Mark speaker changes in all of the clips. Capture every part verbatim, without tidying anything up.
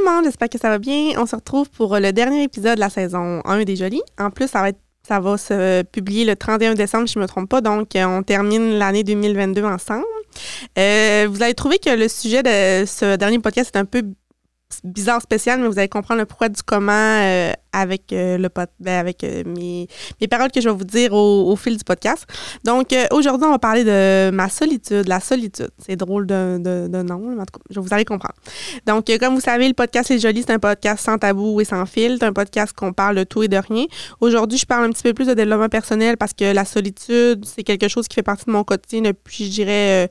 Speaker 1: le monde, j'espère que ça va bien. On se retrouve pour le dernier épisode de la saison un des Jolies. En plus, ça va être ça va se publier le trente et un décembre, si je ne me trompe pas. Donc, on termine l'année deux mille vingt-deux ensemble. Euh, vous allez trouver que le sujet de ce dernier podcast est un peu bizarre, spécial, mais vous allez comprendre le pourquoi du comment euh, avec, euh, le pod, ben, avec euh, mes, mes paroles que je vais vous dire au, au fil du podcast. Donc, euh, aujourd'hui, on va parler de ma solitude, la solitude. C'est drôle de, de, de nom, mais en tout cas, je vous allez comprendre. Donc, euh, comme vous savez, le podcast Les Jolies, c'est un podcast sans tabou et sans fil. C'est un podcast qu'on parle de tout et de rien. Aujourd'hui, je parle un petit peu plus de développement personnel parce que la solitude, c'est quelque chose qui fait partie de mon quotidien depuis, je dirais, euh,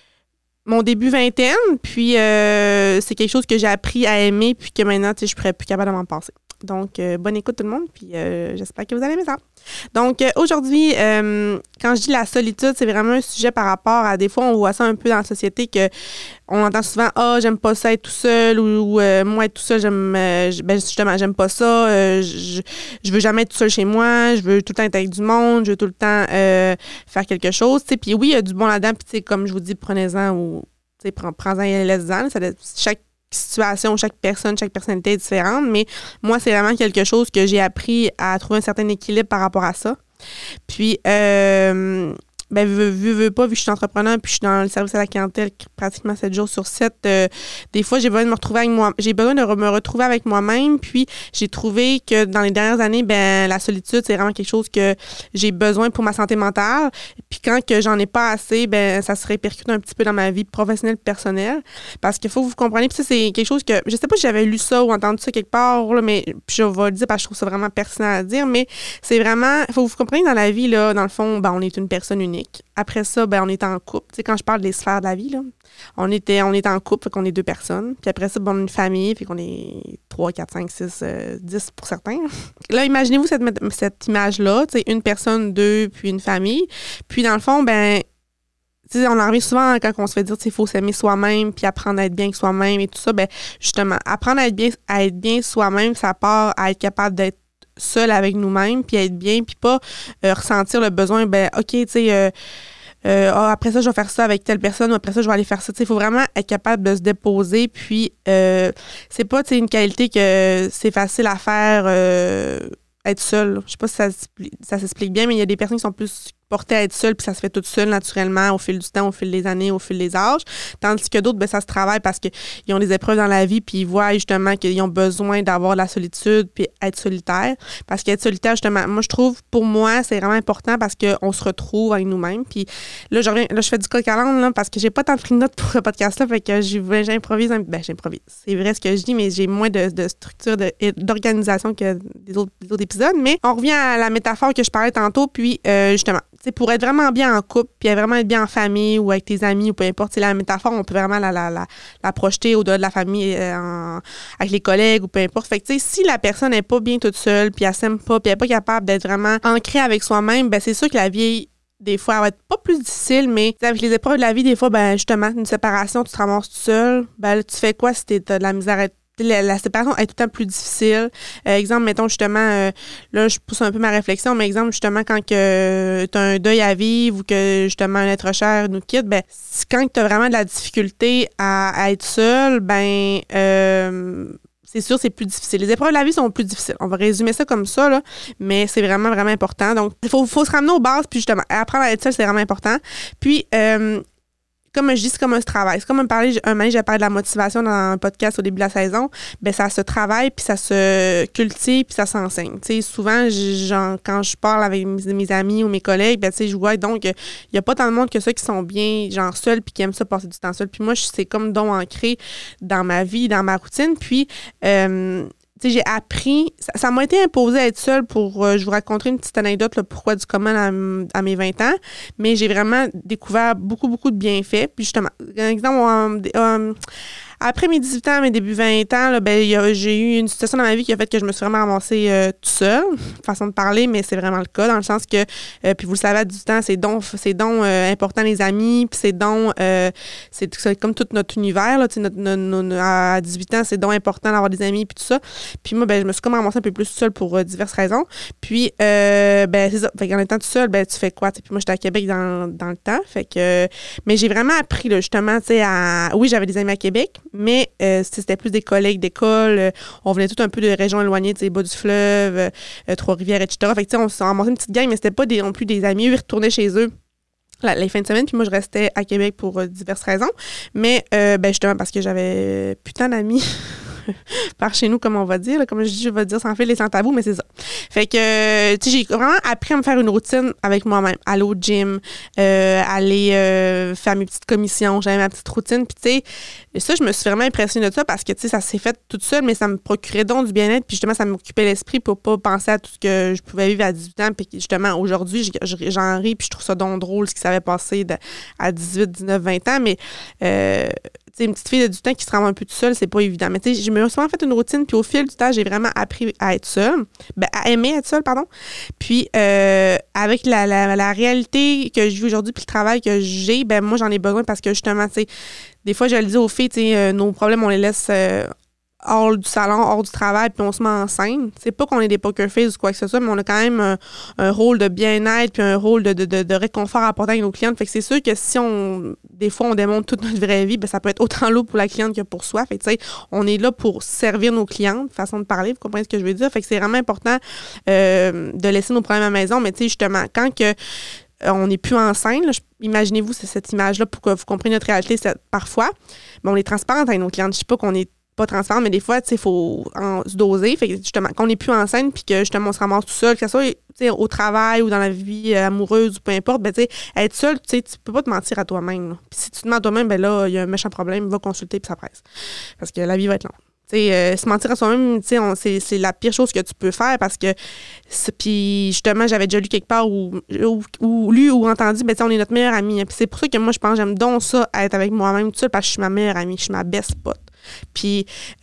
Speaker 1: mon début vingtaine, puis euh, c'est quelque chose que j'ai appris à aimer, puis que maintenant, tu sais, je ne serais plus capable de m'en passer. Donc, euh, bonne écoute tout le monde, puis euh, j'espère que vous allez aimer ça. Donc, euh, aujourd'hui, euh, quand je dis la solitude, c'est vraiment un sujet par rapport à, des fois, on voit ça un peu dans la société, que on entend souvent « Ah, oh, j'aime pas ça être tout seul » ou, ou euh, « Moi, être tout seul, j'aime, euh, ben, justement, j'aime pas ça, euh, je, je veux jamais être tout seul chez moi, je veux tout le temps être avec du monde, je veux tout le temps euh, faire quelque chose. » Puis oui, il y a du bon là-dedans, puis comme je vous dis, prenez-en ou prends-en et laisse-en. Ça, chaque situation, chaque personne, chaque personnalité est différente, mais moi, c'est vraiment quelque chose que j'ai appris à trouver un certain équilibre par rapport à ça. Puis, euh, ben, vu, vu, vu pas, vu que je suis entrepreneur puis je suis dans le service à la clientèle pratiquement sept jours sur sept, euh, des fois, j'ai besoin de me retrouver avec moi, j'ai besoin de re- me retrouver avec moi-même, puis j'ai trouvé que dans les dernières années, ben, la solitude, c'est vraiment quelque chose que j'ai besoin pour ma santé mentale, puis quand que j'en ai pas assez, ben, ça se répercute un petit peu dans ma vie professionnelle et personnelle, parce qu'il faut que vous compreniez, puis ça, c'est quelque chose que, je sais pas si j'avais lu ça ou entendu ça quelque part, là, mais je vais le dire parce que je trouve ça vraiment pertinent à dire, mais c'est vraiment, il faut que vous compreniez dans la vie, là, dans le fond, ben, on est une personne unique. Après ça, ben, on est en couple. Tu sais, quand je parle des sphères de la vie, là, on, était, on est en couple, fait qu'on est deux personnes. Puis après ça, ben, on est une famille, fait qu'on est trois, quatre, cinq, six, dix pour certains. Là, imaginez-vous cette, cette image-là, tu sais, une personne, deux, puis une famille. Puis dans le fond, ben, tu sais, on en revient souvent quand on se fait dire qu'il faut s'aimer soi-même, puis apprendre à être bien avec soi-même et tout ça. Ben, justement, apprendre à être bien, à être bien soi-même, ça part à être capable d'être seul avec nous-mêmes, puis être bien, puis pas euh, ressentir le besoin, ben OK, tu sais, euh, euh, oh, après ça, je vais faire ça avec telle personne, ou après ça, je vais aller faire ça. Tu sais, il faut vraiment être capable de se déposer, puis euh, c'est pas, tu sais, une qualité que c'est facile à faire euh, être seul. Je sais pas si ça, ça s'explique bien, mais il y a des personnes qui sont plus portées à être seules, puis ça se fait tout seul naturellement au fil du temps, au fil des années, au fil des âges. Tandis que d'autres, ben, ça se travaille parce qu'ils ont des épreuves dans la vie, puis ils voient justement qu'ils ont besoin d'avoir de la solitude, puis être solitaire. Parce qu'être solitaire, justement, moi, je trouve, pour moi, c'est vraiment important parce qu'on se retrouve avec nous-mêmes. Puis là, je, reviens, là, je fais du coq à l'âne, là, parce que j'ai pas tant pris de notes pour ce podcast-là, fait que j'improvise. Un, ben, j'improvise. C'est vrai ce que je dis, mais j'ai moins de, de structure, de, d'organisation que des autres, des autres épisodes. Mais on revient à la métaphore que je parlais tantôt, puis euh, justement, t'sais, pour être vraiment bien en couple, puis vraiment être bien en famille ou avec tes amis ou peu importe, c'est la métaphore, on peut vraiment la, la, la, la projeter au-delà de la famille, euh, en, avec les collègues ou peu importe. Fait que, tu sais, si la personne n'est pas bien toute seule, puis elle s'aime pas, puis elle n'est pas capable d'être vraiment ancrée avec soi-même, ben c'est sûr que la vie, des fois, elle va être pas plus difficile, mais avec les épreuves de la vie, des fois, ben justement, une séparation, tu te ramasses tout seul, ben là, tu fais quoi si t'as de la misère à être La, la séparation est tout le temps plus difficile. Euh, exemple, mettons justement, euh, là, je pousse un peu ma réflexion, mais exemple, justement, quand tu as un deuil à vivre ou que justement un être cher nous quitte, ben, quand tu as vraiment de la difficulté à, à être seul, ben, euh, c'est sûr, c'est plus difficile. Les épreuves de la vie sont plus difficiles. On va résumer ça comme ça, là, mais c'est vraiment, vraiment important. Donc, il faut, faut se ramener aux bases, puis justement, apprendre à être seul, c'est vraiment important. Puis, euh, comme je dis, c'est comme un travail. C'est comme un parler, un moment, j'ai parlé de la motivation dans un podcast au début de la saison. Ben ça se travaille, puis ça se cultive, puis ça s'enseigne. Tu sais, souvent, genre, quand je parle avec mes, mes amis ou mes collègues, ben tu sais, je vois donc, il n'y a pas tant de monde que ceux qui sont bien, genre, seuls, puis qui aiment ça passer du temps seul. Puis moi, c'est comme donc ancré dans ma vie, dans ma routine. Puis, euh, tu sais, j'ai appris, ça, ça m'a été imposé à être seule pour, euh, je vous raconterai une petite anecdote, là, pourquoi du comment à, à mes vingt ans, mais j'ai vraiment découvert beaucoup, beaucoup de bienfaits. Puis justement, un exemple, euh, euh, après mes dix-huit ans, mes débuts vingt ans, là, ben, y a, j'ai eu une situation dans ma vie qui a fait que je me suis vraiment ramassée euh, toute seule, façon de parler, mais c'est vraiment le cas, dans le sens que, euh, puis vous le savez, à dix-huit ans, c'est donc, c'est donc euh, important les amis, puis c'est donc, euh, c'est, c'est comme tout notre univers, là, notre, notre, notre, à dix-huit ans, c'est donc important d'avoir des amis, puis tout ça. Puis moi, ben, je me suis comme ramassée un peu plus seule pour euh, diverses raisons. Puis, euh, ben, c'est ça. Fait qu'en étant toute seule, ben, tu fais quoi? T'sais, puis moi, j'étais à Québec dans, dans le temps. Fait que, mais j'ai vraiment appris, là, justement, tu sais, à. Oui, j'avais des amis à Québec, mais euh, c'était plus des collègues d'école. Euh, on venait tout un peu de régions éloignées, tu sais, bas du fleuve, euh, Trois-Rivières, et cetera. Fait que, tu sais, on s'est monté une petite gang, mais c'était pas des, non plus des amis. Eux, ils retournaient chez eux la, les fins de semaine, puis moi, je restais à Québec pour euh, diverses raisons. Mais, euh, ben, justement, parce que j'avais putain d'amis par chez nous, comme on va dire. Là, comme je dis, je vais dire sans fil et sans tabou, mais c'est ça. Fait que, tu sais, j'ai vraiment appris à me faire une routine avec moi-même. Aller au gym, euh, aller euh, faire mes petites commissions, j'avais ma petite routine. Puis, tu sais, ça, je me suis vraiment impressionnée de ça parce que, tu sais, ça s'est fait toute seule, mais ça me procurait donc du bien-être. Puis, justement, ça m'occupait l'esprit pour pas penser à tout ce que je pouvais vivre à dix-huit ans. Puis, justement, aujourd'hui, j'en ris, puis je trouve ça donc drôle ce qui s'avait passé de, à dix-huit, dix-neuf, vingt ans. Mais, euh, tu sais, une petite fille de dix-huit ans qui se rend un peu toute seule, c'est pas évident. Mais, tu sais, je me suis souvent fait une routine, puis au fil du temps, j'ai vraiment appris à être seule. Ben, à aimer être seule, pardon. Puis, euh, avec la, la, la réalité que je vis aujourd'hui, puis le travail que j'ai, ben moi, j'en ai besoin parce que, justement, tu sais, des fois, je le dis aux filles, tu sais, euh, nos problèmes, on les laisse euh, hors du salon, hors du travail, puis on se met en scène. C'est pas qu'on est des poker face ou quoi que ce soit, mais on a quand même un, un rôle de bien-être puis un rôle de, de, de, de réconfort à apporter avec nos clientes. Fait que c'est sûr que si on, des fois, on démontre toute notre vraie vie, ben ça peut être autant lourd pour la cliente que pour soi. Fait que, tu sais, on est là pour servir nos clientes, façon de parler, vous comprenez ce que je veux dire? Fait que c'est vraiment important euh, de laisser nos problèmes à la maison, mais tu sais, justement, quand que on n'est plus en scène, là, imaginez-vous c'est cette image-là pour que vous compreniez notre réalité. C'est, parfois, ben, on est transparente avec nos clientes. Je sais pas qu'on est pas transparent, mais des fois, tu sais, il faut en, se doser. Fait que, justement, quand on n'est plus en scène puis que, justement, on se ramasse tout seul, que ce soit, tu sais, au travail ou dans la vie euh, amoureuse ou peu importe, ben, tu sais, être seul, tu sais, tu peux pas te mentir à toi-même. Puis si tu te mens à toi-même, ben là, il y a un méchant problème, va consulter puis ça presse. Parce que la vie va être longue. Tu sais, euh, se mentir à soi-même, tu sais, c'est, c'est la pire chose que tu peux faire parce que, puis justement, j'avais déjà lu quelque part ou, ou, ou lu ou entendu, ben tu sais, on est notre meilleure amie. Puis c'est pour ça que moi, je pense, j'aime donc ça, être avec moi-même tout seul parce que je suis ma meilleure amie, je suis ma best pote. Puis,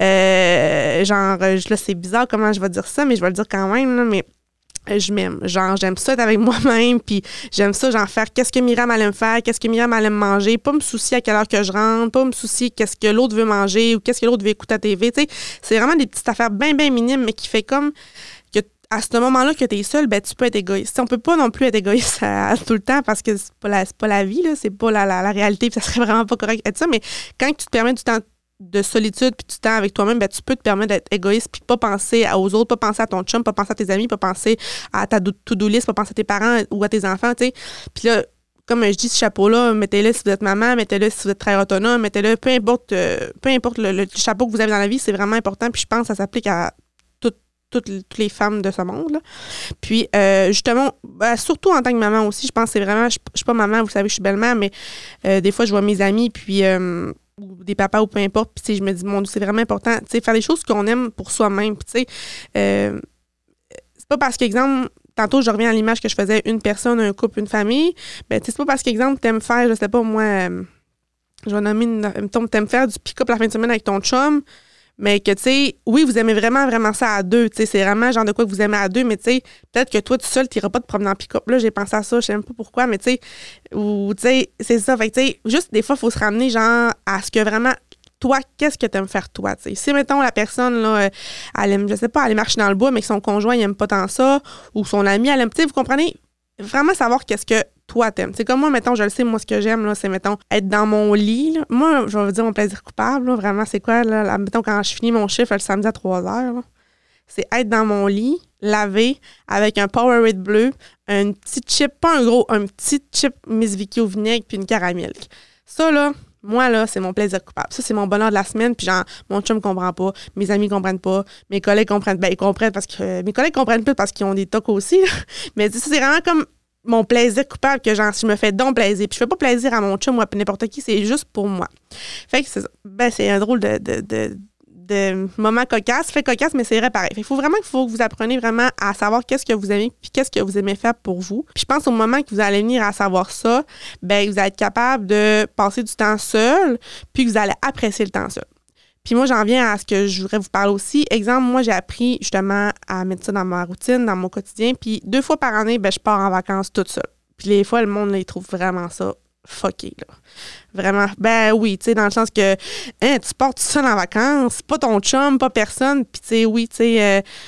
Speaker 1: euh, genre, là, c'est bizarre comment je vais dire ça, mais je vais le dire quand même, là, mais je m'aime. Genre, j'aime ça être avec moi-même, puis j'aime ça, genre, faire qu'est-ce que Myriam allait me faire, qu'est-ce que Myriam allait me manger, pas me soucier à quelle heure que je rentre, pas me soucier qu'est-ce que l'autre veut manger ou qu'est-ce que l'autre veut écouter à T V, tu sais. C'est vraiment des petites affaires bien, bien minimes, mais qui fait comme que à ce moment-là que tu es seule, ben tu peux être égoïste. On peut pas non plus être égoïste à, à tout le temps parce que c'est pas la, c'est pas la vie, là, c'est pas la, la, la réalité, puis ça serait vraiment pas correct d'être ça, mais quand tu te permets du temps de solitude puis du temps avec toi-même, ben tu peux te permettre d'être égoïste puis pas penser aux autres, pas penser à ton chum, pas penser à tes amis, pas penser à ta to-do list, pas penser à tes parents ou à tes enfants, tu sais. Puis là, comme je dis, ce chapeau-là, mettez-le si vous êtes maman, mettez-le si vous êtes très autonome, mettez-le, peu importe, euh, peu importe le, le chapeau que vous avez dans la vie, c'est vraiment important. Puis je pense que ça s'applique à toutes, toutes, toutes les femmes de ce monde, là. Puis euh, justement, ben, surtout en tant que maman aussi, je pense que c'est vraiment, je, je suis pas maman, vous savez, je suis belle-mère, mais euh, des fois, je vois mes amis, puis euh, ou des papas ou peu importe, puis tu sais, je me dis, mon Dieu, c'est vraiment important, tu sais, faire des choses qu'on aime pour soi-même, puis tu sais, euh, c'est pas parce qu'exemple, tantôt, je reviens à l'image que je faisais une personne, un couple, une famille, ben tu sais, c'est pas parce qu'exemple, t'aimes faire, je sais pas, moi, euh, je vais nommer une, une t'aimes faire du pick-up la fin de semaine avec ton chum, mais que, tu sais, oui, vous aimez vraiment, vraiment ça à deux. Tu sais, c'est vraiment le genre de quoi que vous aimez à deux, mais tu sais, peut-être que toi, tout seul, tu n'iras pas te promener en pick-up. Là, j'ai pensé à ça, je sais même pas pourquoi, mais tu sais, ou, tu sais, c'est ça. Fait que, tu sais, juste des fois, il faut se ramener, genre, à ce que vraiment, toi, qu'est-ce que tu aimes faire, toi, tu sais. Si, mettons, la personne, là, elle aime, je sais pas, elle marcher dans le bois, mais que son conjoint, il aime pas tant ça, ou son ami, elle aime, tu sais, vous comprenez? Vraiment savoir qu'est-ce que toi t'aimes. C'est comme moi, mettons, je le sais, moi, ce que j'aime, là, c'est, mettons, être dans mon lit. Là. Moi, je vais vous dire mon plaisir coupable, là, vraiment, c'est quoi, là, là, mettons, quand je finis mon chiffre le samedi à trois heures, là, c'est être dans mon lit, lavé, avec un Powerade bleu, un petit chip, pas un gros, un petit chip Miss Vicky au vinaigre, puis une caramel. Ça, là, moi, là, c'est mon plaisir coupable. Ça, c'est mon bonheur de la semaine. Puis genre, mon chum comprend pas, mes amis comprennent pas, mes collègues comprennent. Ben, ils comprennent parce que... Euh, mes collègues comprennent pas parce qu'ils ont des tocs aussi. Là. Mais ça, c'est vraiment comme mon plaisir coupable que genre, je me fais donc plaisir. Puis je fais pas plaisir à mon chum ou à n'importe qui, c'est juste pour moi. Fait que c'est ça. Ben, c'est un drôle de... de, de de moments cocasses, fait cocasse, mais c'est vrai pareil. Il faut vraiment qu'il faut que vous appreniez vraiment à savoir qu'est-ce que vous aimez puis qu'est-ce que vous aimez faire pour vous. Puis je pense au moment que vous allez venir à savoir ça, ben vous allez être capable de passer du temps seul puis que vous allez apprécier le temps seul. Puis moi, j'en viens à ce que je voudrais vous parler aussi. Exemple, moi, j'ai appris justement à mettre ça dans ma routine, dans mon quotidien. Puis deux fois par année, ben je pars en vacances toute seule. Puis les fois, le monde, là, il trouve vraiment ça fucké, là. Vraiment. Ben oui, tu sais, dans le sens que hein, tu pars tout seul en vacances, pas ton chum, pas personne, puis tu sais, oui, tu sais, euh,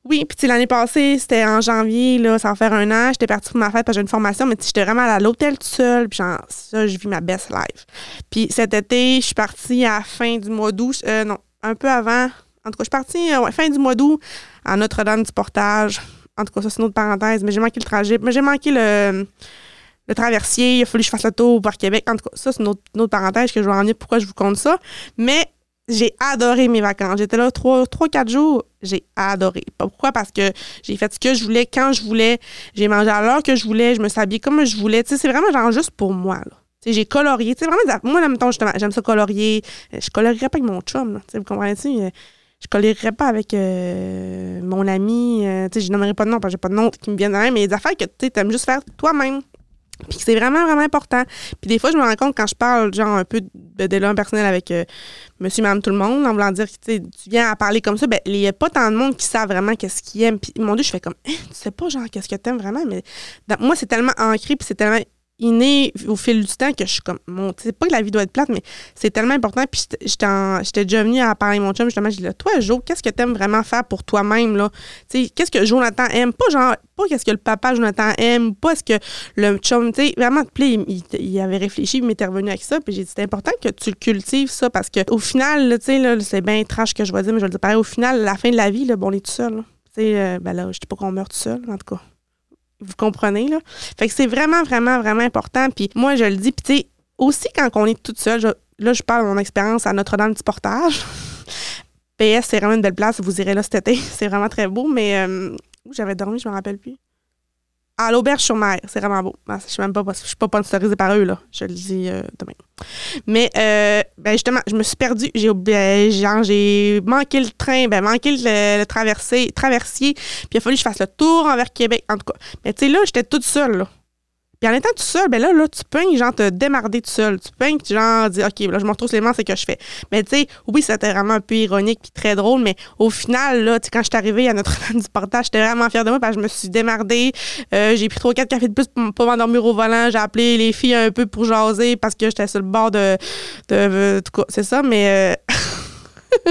Speaker 1: Oui, puis tu sais, l'année passée, c'était en janvier, là, ça va faire un an, j'étais partie pour ma fête parce que j'ai une formation, mais tu sais, j'étais vraiment à l'hôtel toute seule, puis genre, ça, je vis ma best life. Puis cet été, je suis partie à la fin du mois d'août, euh, non, un peu avant, en tout cas, je suis partie, euh, ouais, fin du mois d'août, à Notre-Dame-du-Portage. En tout cas, ça, c'est une autre parenthèse, mais j'ai manqué le trajet, mais j'ai manqué le, le traversier, il a fallu que je fasse le tour par Québec. En tout cas, ça, c'est une autre, une autre parenthèse que je vais en venir, pourquoi je vous compte ça. Mais j'ai adoré mes vacances. J'étais là trois, trois, quatre jours. J'ai adoré. Pourquoi? Parce que j'ai fait ce que je voulais, quand je voulais. J'ai mangé à l'heure que je voulais. Je me suis habillée comme je voulais. Tu sais, c'est vraiment genre juste pour moi, là. Tu sais, j'ai colorié. Tu sais, vraiment, moi, là, mettons, justement, j'aime ça colorier. Je colorierais pas avec mon chum, là. Tu sais, vous comprenez-tu? Je colorierais pas avec euh, mon ami. Euh, tu sais, je nommerais pas de nom parce que j'ai pas de nom qui me viennent de même. Mais il y a des affaires que tu aimes juste faire toi-même. Puis c'est vraiment, vraiment important. Puis des fois, je me rends compte quand je parle, genre, un peu de d'élan personnel avec euh, monsieur, madame, tout le monde, en voulant dire que tu viens à parler comme ça, ben il n'y a pas tant de monde qui savent vraiment qu'est-ce qu'ils aiment. Puis mon Dieu, je fais comme, hein, tu sais pas, genre, qu'est-ce que t'aimes vraiment? Mais dans, moi, c'est tellement ancré, puis c'est tellement inné au fil du temps que je suis comme, bon, tu sais pas que la vie doit être plate, mais c'est tellement important. Puis j'étais, en, j'étais déjà venue à parler à mon chum, justement, je dis là, toi, Jo, qu'est-ce que t'aimes vraiment faire pour toi-même, là? Tu sais, qu'est-ce que Jonathan aime? Pas genre, pas qu'est-ce que le papa Jonathan aime, pas ce que le chum, tu sais, vraiment, puis il, il, il avait réfléchi, il m'était revenu avec ça, puis j'ai dit, c'est important que tu le cultives, ça, parce que au final, tu sais, là, c'est bien trash que je vais dire, mais je vais le dire pareil, au final, la fin de la vie, là, bon, on est tout seul, tu sais, euh, ben là, je dis pas qu'on meurt tout seul, en tout cas. Vous comprenez, là? Fait que c'est vraiment, vraiment, vraiment important. Puis moi, je le dis, puis tu sais, aussi quand on est toute seule, je, là, je parle de mon expérience à Notre-Dame-du-Portage. P S, c'est vraiment une belle place. Vous irez là cet été. C'est vraiment très beau, mais euh, où j'avais dormi, je me rappelle plus. À l'Auberge-sur-Mer, c'est vraiment beau. Je suis même pas, je suis pas sponsorisée par eux, là. Je le dis euh, demain. Mais, euh, ben justement, je me suis perdue. J'ai, ben, genre, j'ai manqué le train, ben, manqué le, le traversé, traversier. Puis il a fallu que je fasse le tour envers Québec, en tout cas. Mais tu sais, là, j'étais toute seule, là. Puis en étant tout seul, ben là, là, tu peux, genre, te démarder tout seul. Tu peux, genre, dire, OK, là, je me retrouve sur les mains, c'est que je fais. Mais tu sais, oui, c'était vraiment un peu ironique puis très drôle, mais au final, là, tu sais, quand je suis arrivée à Notre-Dame-du-Portage, j'étais vraiment fière de moi parce que je me suis démardée. Euh, j'ai pris trois quatre cafés de plus pour pas m'endormir au volant. J'ai appelé les filles un peu pour jaser parce que j'étais sur le bord de. de, de en tout cas, c'est ça, mais. Euh...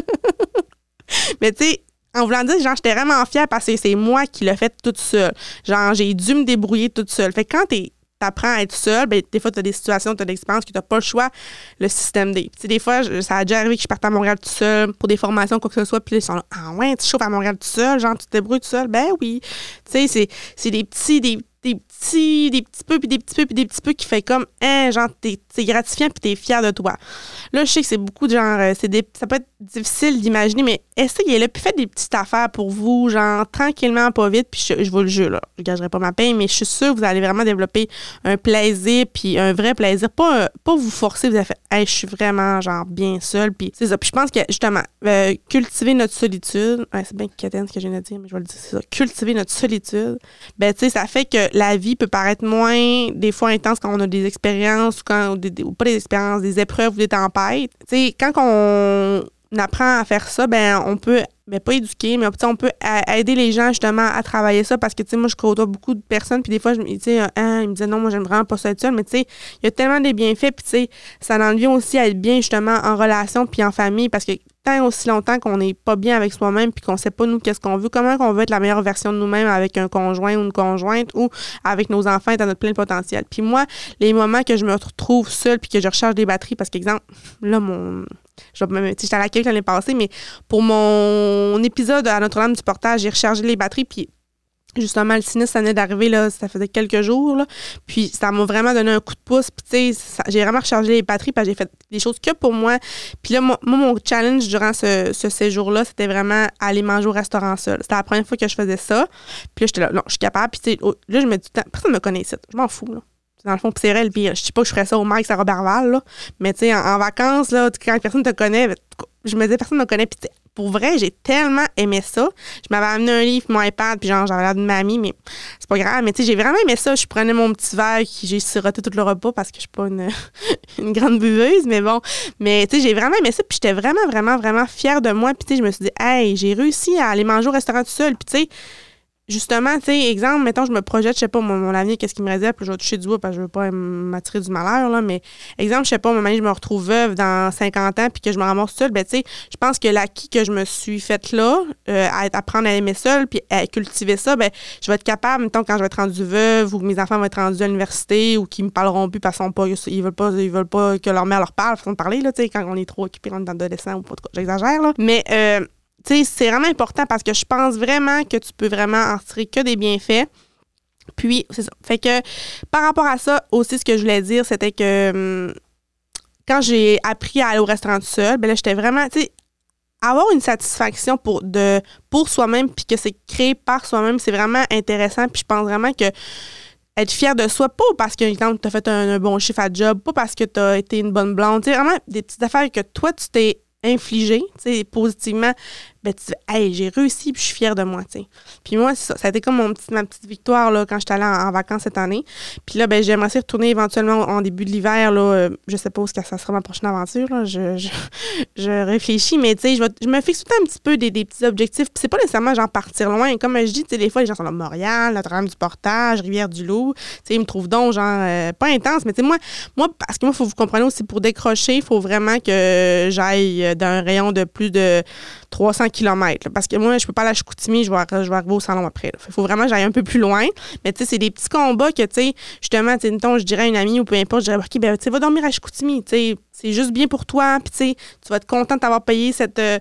Speaker 1: mais tu sais, en voulant dire, genre, j'étais vraiment fière parce que c'est moi qui l'ai fait toute seule. Genre, j'ai dû me débrouiller toute seule. Fait que quand t'es t'apprends à être seule, ben, des fois, tu as des situations, tu as des expériences que tu n'as pas le choix, le système D. Tu sais, des fois, je, ça a déjà arrivé que je parte à Montréal tout seul pour des formations, quoi que ce soit, puis là, ils sont là, ah ouais, tu chauffes à Montréal tout seul, genre, tu te débrouilles tout seul? Ben oui. Tu sais, c'est, c'est des petits, des, des petits, des petits peu, puis des petits peu, puis des petits peu qui fait comme, hein, genre, t'es, c'est gratifiant, puis t'es fier de toi. Là, je sais que c'est beaucoup de genre, c'est des, ça peut être difficile d'imaginer, mais essayez-le, puis faites des petites affaires pour vous, genre, tranquillement, pas vite, puis je, je vous le jure, là, je gagerai pas ma peine, mais je suis sûre que vous allez vraiment développer un plaisir, puis un vrai plaisir, pas, pas vous forcer, vous allez faire, hey, je suis vraiment, genre, bien seule, puis c'est ça. Puis je pense que, justement, euh, cultiver notre solitude, ouais, c'est bien quétaine ce que je viens de dire, mais je vais le dire, c'est ça, cultiver notre solitude, ben, tu sais, ça fait que la vie peut paraître moins, des fois, intense quand on a des expériences, ou quand, ou, des, ou pas des expériences, des épreuves ou des tempêtes. Tu sais, quand on apprend à faire ça, ben, on peut, ben, pas éduquer, mais on peut aider les gens, justement, à travailler ça, parce que, tu sais, moi, je côtoie beaucoup de personnes, puis des fois, je, tu sais, hein, ils me disaient, non, moi, j'aime vraiment pas ça être seule, mais tu sais, il y a tellement des bienfaits, puis tu sais, ça en vient aussi à être bien, justement, en relation, puis en famille, parce que tant aussi longtemps qu'on n'est pas bien avec soi-même puis qu'on sait pas, nous, qu'est-ce qu'on veut, comment on veut être la meilleure version de nous-mêmes avec un conjoint ou une conjointe ou avec nos enfants, être à notre plein potentiel. Puis moi, les moments que je me retrouve seule puis que je recharge des batteries, parce qu'exemple, là, mon... Je vais, j'étais à l'accueil l'année passée, mais pour mon épisode à Notre-Dame-du-Portage, j'ai rechargé les batteries, puis justement, le sinistre, ça venait d'arriver, là, ça faisait quelques jours, là, puis ça m'a vraiment donné un coup de pouce, puis tu sais, j'ai vraiment rechargé les batteries, puis j'ai fait des choses que pour moi. Puis là, moi, mon challenge durant ce, ce séjour-là, c'était vraiment aller manger au restaurant seul. C'était la première fois que je faisais ça, puis là, j'étais là, non, je suis capable, puis tu sais, là, je me dis, personne ne me connaît ici, je m'en fous, là. Dans le fond, c'est vrai, le pire. Je sais pas que je ferais ça au Mike, à Roberval, là, mais tu sais, en, en vacances, là, quand personne te connaît, je me disais, personne ne me connaît, puis pour vrai, j'ai tellement aimé ça. Je m'avais amené un livre, mon iPad, puis genre, j'avais l'air d'une mamie, mais c'est pas grave. Mais tu sais, j'ai vraiment aimé ça. Je prenais mon petit verre, qui j'ai siroté tout le repas parce que je suis pas une, une grande buveuse, mais bon. Mais tu sais, j'ai vraiment aimé ça, puis j'étais vraiment, vraiment, vraiment fière de moi. Puis tu sais, je me suis dit, hey, j'ai réussi à aller manger au restaurant tout seul. Puis tu sais, justement, tu sais, exemple, mettons, je me projette, je sais pas, mon, mon avenir, qu'est-ce qui me réserve, puis je vais toucher du bois parce que je veux pas m'attirer du malheur, là, mais exemple, je sais pas, à un moment donné, je me retrouve veuve dans cinquante ans puis que je me ramasse seule, ben tu sais, je pense que l'acquis que je me suis faite là, euh, à apprendre à aimer seule puis à cultiver ça, ben je vais être capable, mettons, quand je vais être rendue veuve ou que mes enfants vont être rendus à l'université ou qu'ils me parleront plus parce qu'ils sont pas, ils veulent pas, ils veulent pas que leur mère leur parle, façon de parler, là, tu sais, quand on est trop occupé dans l'adolescent ou pas, j'exagère, là, mais euh, tu sais, c'est vraiment important parce que je pense vraiment que tu peux vraiment en tirer que des bienfaits. Puis, c'est ça. Fait que, par rapport à ça, aussi, ce que je voulais dire, c'était que hum, quand j'ai appris à aller au restaurant tout seul, ben là, j'étais vraiment, tu sais, avoir une satisfaction pour, de, pour soi-même puis que c'est créé par soi-même, c'est vraiment intéressant. Puis je pense vraiment que être fier de soi, pas parce que, exemple, tu as fait un, un bon chiffre à job, pas parce que tu as été une bonne blonde, tu sais, vraiment des petites affaires que toi, tu t'es infligé, tu sais, positivement, ben tu dis, hey, j'ai réussi, puis je suis fière de moi, tu sais. Puis moi, c'est ça, ça a été comme mon petit, ma petite victoire, là, quand j'étais allée en, en vacances cette année. Puis là, ben j'aimerais retourner éventuellement en début de l'hiver, là, euh, je sais pas où ça sera ma prochaine aventure, là, je, je, je réfléchis, mais tu sais, je, je me fixe tout le temps un petit peu des, des petits objectifs, puis c'est pas nécessairement, genre, partir loin. Comme je dis, tu sais, des fois, les gens sont là, Montréal, Notre-Dame du Portage, Rivière-du-Loup, tu sais, ils me trouvent donc, genre, euh, pas intense, mais tu sais, moi, moi, parce que moi, il faut que vous compreniez aussi, pour décrocher, il faut vraiment que j'aille d'un rayon de plus de trois cents kilomètres. Là, parce que moi, je peux pas aller à Chicoutimi, je vais, je vais arriver au salon après. Il faut vraiment que j'aille un peu plus loin. Mais tu sais, c'est des petits combats que, tu sais, justement, tu sais, je dirais à une amie ou peu importe, je dirais, OK, ben, tu sais, va dormir à Chicoutimi. Tu sais, c'est juste bien pour toi. Puis, tu sais, tu vas être content de t'avoir payé cette. Euh,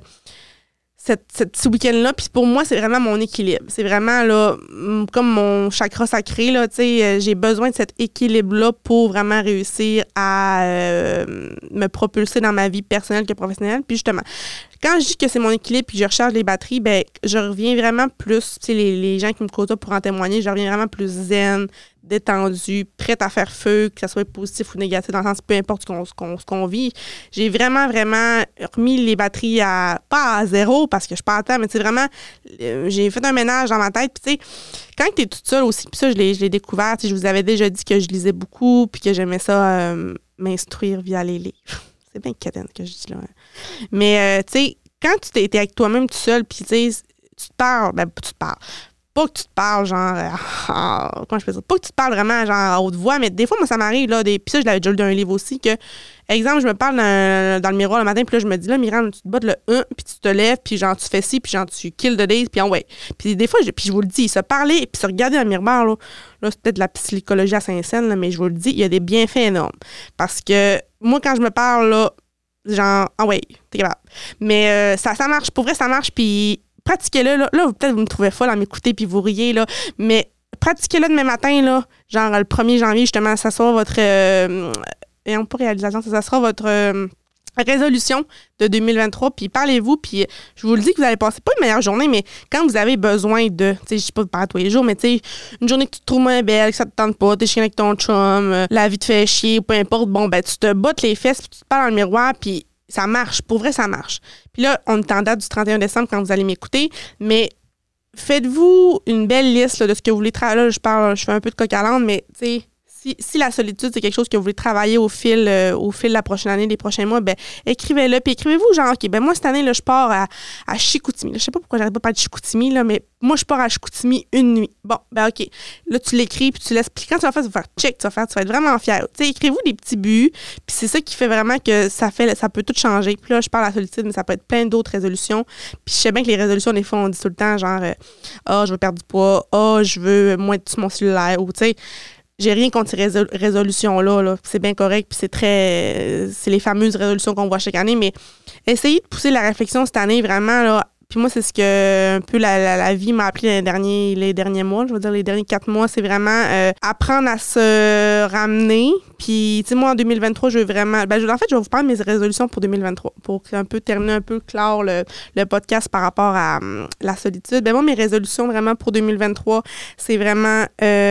Speaker 1: Cette, cette, ce week-end-là, puis pour moi, c'est vraiment mon équilibre. C'est vraiment, là, comme mon chakra sacré, là, tu sais, j'ai besoin de cet équilibre-là pour vraiment réussir à euh, me propulser dans ma vie personnelle que professionnelle. Puis justement, quand je dis que c'est mon équilibre puis que je recharge les batteries, ben je reviens vraiment plus, tu sais, les, les gens qui me côtoient pour en témoigner, je reviens vraiment plus zen, détendue, prête à faire feu, que ça soit positif ou négatif, dans le sens peu importe ce qu'on, ce qu'on, ce qu'on vit. J'ai vraiment, vraiment remis les batteries à, pas à zéro parce que je suis pas à temps, mais tu sais, vraiment, euh, j'ai fait un ménage dans ma tête. Puis tu sais, quand tu es toute seule aussi, puis ça, je l'ai, je l'ai découvert, tu sais, je vous avais déjà dit que je lisais beaucoup puis que j'aimais ça euh, m'instruire via les livres. C'est bien quétaine que je dis là. Mais, euh, tu sais, quand tu t'es, t'es avec toi-même tout seul, puis tu sais, tu te parles, ben, tu te parles. Pas que tu te parles, genre, euh, oh, comment je peux dire? Pas que tu te parles vraiment, genre, à haute voix, mais des fois, moi, ça m'arrive, là, des, puis ça, je l'avais déjà lu dans un livre aussi, que, exemple, je me parle dans, dans le miroir le matin, puis là, je me dis, là, Myriam, tu te bottes le un, puis tu te lèves, puis genre, tu fais ci, puis genre, tu kill the days, puis en ouais. Puis des fois, je, puis je vous le dis, se parler, puis se regarder dans le miroir, là, là c'est peut-être de la psychologie à Saint-Saëns, là, mais je vous le dis, il y a des bienfaits énormes. Parce que, moi, quand je me parle, là, genre, ah ouais, t'es capable. Mais euh, ça, ça marche, pour vrai, ça marche, puis pratiquez-le, là, là peut-être vous me trouvez folle à m'écouter, puis vous riez, là, mais pratiquez-le demain matin, là, genre le premier janvier, justement, ça sera votre, euh, et non pas réalisation, ça, ça sera votre euh, résolution de deux mille vingt-trois, puis parlez-vous, puis je vous le dis que vous allez passer pas une meilleure journée, mais quand vous avez besoin de, tu sais, je sais pas de parler tous les jours, mais tu sais, une journée que tu te trouves moins belle, que ça te tente pas, t'es chiant avec ton chum, euh, la vie te fait chier, peu importe, bon, ben tu te bottes les fesses, puis tu te parles dans le miroir, puis ça marche, pour vrai, ça marche. Puis là, on est en date du trente et un décembre quand vous allez m'écouter, mais faites-vous une belle liste là, de ce que vous voulez travailler. Là, je parle, je fais un peu de coq à l'âne, mais tu sais, si, si la solitude, c'est quelque chose que vous voulez travailler au fil, euh, au fil de la prochaine année, des prochains mois, ben écrivez-le. Puis écrivez-vous genre, OK, ben moi, cette année, là, je pars à, à Chicoutimi. Là, je sais pas pourquoi j'arrête pas de parler de Chicoutimi, là, mais moi, je pars à Chicoutimi une nuit. Bon, ben OK. Là, tu l'écris, puis tu laisses. Puis quand tu vas faire, tu vas faire check, tu vas faire, tu vas être vraiment fier. Tu sais, écrivez-vous des petits buts, puis c'est ça qui fait vraiment que ça fait, ça peut tout changer. Puis là, je parle de la solitude, mais ça peut être plein d'autres résolutions. Puis je sais bien que les résolutions, des fois, on dit tout le temps, genre, ah, oh, je veux perdre du poids, ah, oh, je veux moins être sur mon cellulaire, ou tu sais. J'ai rien contre ces résol- résolutions-là. Là. C'est bien correct, puis c'est très... C'est les fameuses résolutions qu'on voit chaque année, mais essayez de pousser la réflexion cette année, vraiment, là. Puis moi, c'est ce que un peu la, la, la vie m'a appris les derniers, les derniers mois, je veux dire les derniers quatre mois, c'est vraiment euh, apprendre à se ramener. Puis, tu sais, moi, en deux mille vingt-trois, je veux vraiment... Ben, je, en fait, je vais vous parler de mes résolutions pour deux mille vingt-trois, pour un peu terminer un peu, clore le, le podcast par rapport à um, la solitude. Ben moi, mes résolutions, vraiment, pour deux mille vingt-trois, c'est vraiment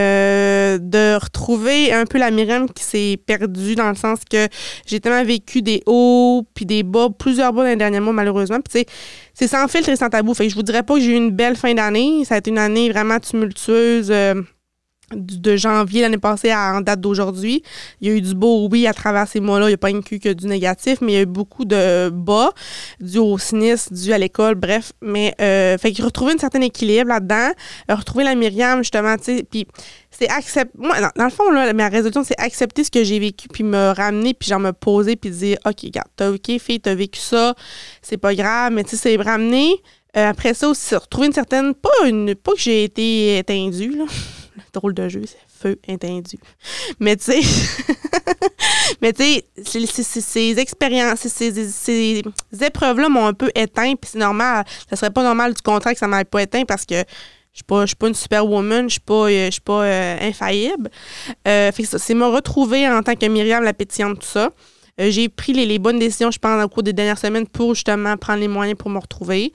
Speaker 1: euh, de retrouver un peu la Myriam qui s'est perdue, dans le sens que j'ai tellement vécu des hauts puis des bas, plusieurs bas dans les derniers mois, malheureusement. Puis, tu sais, c'est sans filtre et sans tabou. Fait que je vous dirais pas que j'ai eu une belle fin d'année. Ça a été une année vraiment tumultueuse. Euh, de janvier l'année passée à en date d'aujourd'hui. Il y a eu du beau, oui, à travers ces mois-là. Il n'y a pas inclus que du négatif, mais il y a eu beaucoup de bas, dû au cynisme, dû à l'école, bref. Mais, euh, fait que retrouver un certain équilibre là-dedans, euh, retrouver la Myriam, justement, tu sais, puis c'est accepter. Moi, dans, dans le fond, là, ma résolution, c'est accepter ce que j'ai vécu, puis me ramener, puis genre me poser, puis dire, OK, regarde, t'as OK, fille, t'as vécu ça, c'est pas grave, mais tu sais, c'est me ramener. Euh, après ça aussi, retrouver une certaine. Pas, une, pas que j'ai été éteindue, là. Drôle de jeu, c'est feu éteindu. Mais tu sais, mais tu sais, ces expériences, ces, ces, ces épreuves-là m'ont un peu éteint, puis c'est normal. Ça serait pas normal du contraire que ça m'ait pas éteint parce que je suis pas, je suis pas une superwoman, je suis pas, je suis pas euh, infaillible. Euh, fait que ça, c'est me retrouver en tant que Myriam la pétillante, tout ça. Euh, j'ai pris les, les bonnes décisions, je pense, au cours des dernières semaines pour justement prendre les moyens pour me retrouver.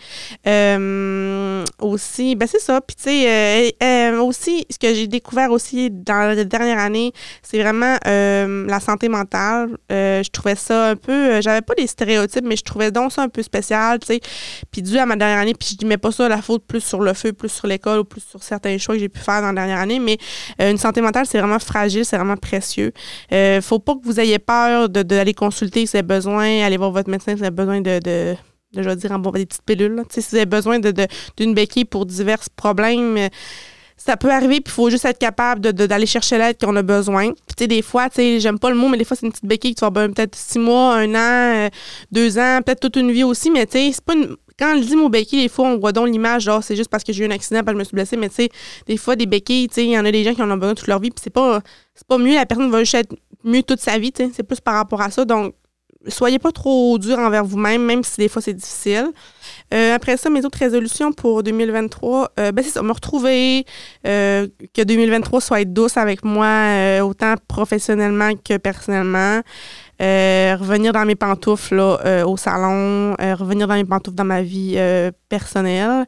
Speaker 1: Euh, aussi, ben c'est ça. Puis, tu sais, euh, euh, aussi, ce que j'ai découvert aussi dans la dernière année, c'est vraiment euh, la santé mentale. Euh, je trouvais ça un peu... Euh, j'avais pas des stéréotypes, mais je trouvais donc ça un peu spécial, tu sais. Puis, dû à ma dernière année, puis je ne mets pas ça la faute plus sur le feu, plus sur l'école ou plus sur certains choix que j'ai pu faire dans la dernière année, mais euh, une santé mentale, c'est vraiment fragile, c'est vraiment précieux. Euh, faut pas que vous ayez peur de, de aller consulter si vous avez besoin, aller voir votre médecin si vous avez besoin de, de, de je vais dire, en bon, des petites pilules. Là. Si vous avez besoin de, de, d'une béquille pour divers problèmes, ça peut arriver, puis il faut juste être capable de, de, d'aller chercher l'aide qu'on a besoin. Puis, tu sais, des fois, tu sais, j'aime pas le mot, mais des fois, c'est une petite béquille que tu vas avoir peut-être six mois, un an, euh, deux ans, peut-être toute une vie aussi, mais tu sais, c'est pas une... Quand on dit mot béquille, des fois, on voit donc l'image, genre, c'est juste parce que j'ai eu un accident, parce que je me suis blessée, mais tu sais, des fois, des béquilles, tu sais, il y en a des gens qui en ont besoin toute leur vie, puis c'est pas, c'est pas mieux, la personne va juste être mieux toute sa vie, tu sais, c'est plus par rapport à ça, donc, soyez pas trop dur envers vous-même, même si des fois, c'est difficile. Euh, après ça, mes autres résolutions pour deux mille vingt-trois, euh, ben c'est ça, me retrouver, euh, que deux mille vingt-trois soit douce avec moi, euh, autant professionnellement que personnellement. Euh, revenir dans mes pantoufles là, euh, au salon, euh, revenir dans mes pantoufles dans ma vie euh, personnelle.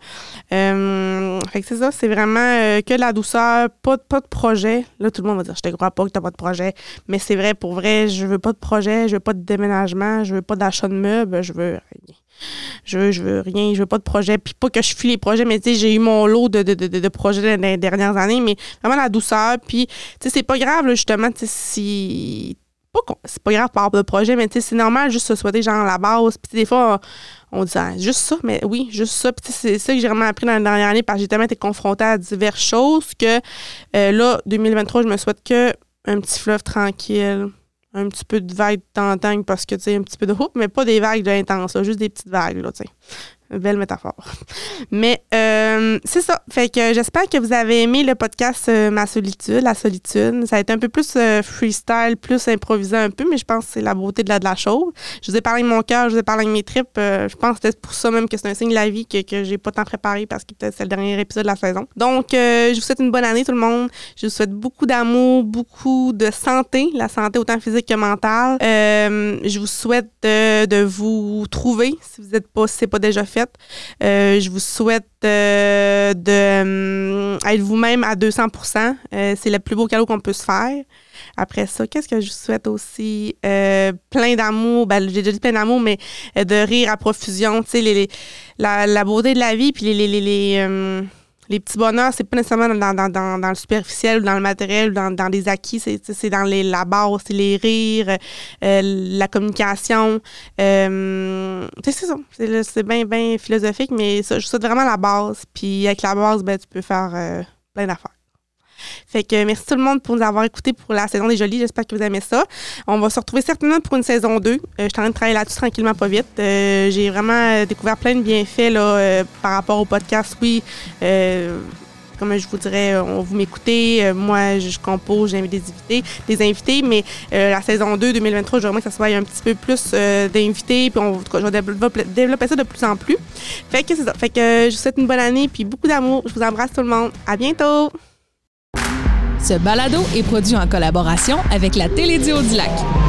Speaker 1: Euh, fait que c'est ça, c'est vraiment euh, que de la douceur, pas, pas de projet. Là, tout le monde va dire, je te crois pas que t'as pas de projet. Mais c'est vrai, pour vrai, je veux pas de projet, je veux pas de déménagement, je veux pas d'achat de meubles, je veux rien. Je veux, je veux rien, je veux pas de projet. Puis pas que je fuis les projets, mais tu sais, j'ai eu mon lot de, de, de, de projets dans les dernières années, mais vraiment la douceur. Puis, tu sais, c'est pas grave, là, justement, tu sais, si... C'est pas grave par rapport au projet, mais c'est normal juste se souhaiter genre la base. Puis des fois, on, on dit ah, juste ça, mais oui, juste ça. Puis c'est ça que j'ai vraiment appris dans la dernière année parce que j'ai tellement été confrontée à diverses choses que euh, là, deux mille vingt-trois, je me souhaite que un petit fleuve tranquille, un petit peu de vagues de temps en temps parce que tu sais, un petit peu de hoop, mais pas des vagues de intenses, là, juste des petites vagues, là, tu sais. Belle métaphore. Mais euh, c'est ça. Fait que j'espère que vous avez aimé le podcast euh, Ma solitude, la solitude. Ça a été un peu plus euh, freestyle, plus improvisé un peu, mais je pense que c'est la beauté de la, de la chose. Je vous ai parlé de mon cœur, je vous ai parlé de mes tripes. Euh, je pense que c'est pour ça même que c'est un signe de la vie que, que j'ai pas tant préparé parce que peut-être c'est le dernier épisode de la saison. Donc, euh, je vous souhaite une bonne année tout le monde. Je vous souhaite beaucoup d'amour, beaucoup de santé, la santé autant physique que mentale. Euh, je vous souhaite de, de vous trouver si vous êtes pas, si c'est pas déjà fait. Euh, je vous souhaite euh, de euh, être vous-même à deux cents pour cent. Euh, c'est le plus beau cadeau qu'on peut se faire. Après ça, qu'est-ce que je vous souhaite aussi? Euh, plein d'amour. Ben, j'ai déjà dit plein d'amour, mais euh, de rire à profusion. Tu sais, les, les, la, la beauté de la vie, puis les... les, les, les euh, les petits bonheurs, c'est pas nécessairement dans, dans, dans, dans le superficiel ou dans le matériel ou dans, dans les acquis, c'est, c'est dans les, la base, c'est les rires, euh, la communication. Euh, c'est ça, c'est, c'est bien bien philosophique, mais ça, je souhaite vraiment la base. Puis avec la base, ben, tu peux faire euh, plein d'affaires. Fait que merci tout le monde pour nous avoir écoutés pour la saison des Jolies. J'espère que vous aimez ça. On va se retrouver certainement pour une saison deux. Euh, je suis en train de travailler là-dessus tranquillement, pas vite. Euh, j'ai vraiment découvert plein de bienfaits là, euh, par rapport au podcast. Oui, euh, comme je vous dirais, on vous m'écoutez. Euh, moi, je, je compose, j'invite des invités, des invités, mais euh, la saison deux deux mille vingt-trois, je veux vraiment que ça soit un petit peu plus euh, d'invités, puis on, je vais développer, développer ça de plus en plus. Fait que c'est ça. Fait que euh, je vous souhaite une bonne année, puis beaucoup d'amour. Je vous embrasse tout le monde. À bientôt!
Speaker 2: Ce balado est produit en collaboration avec la Télédio du Lac.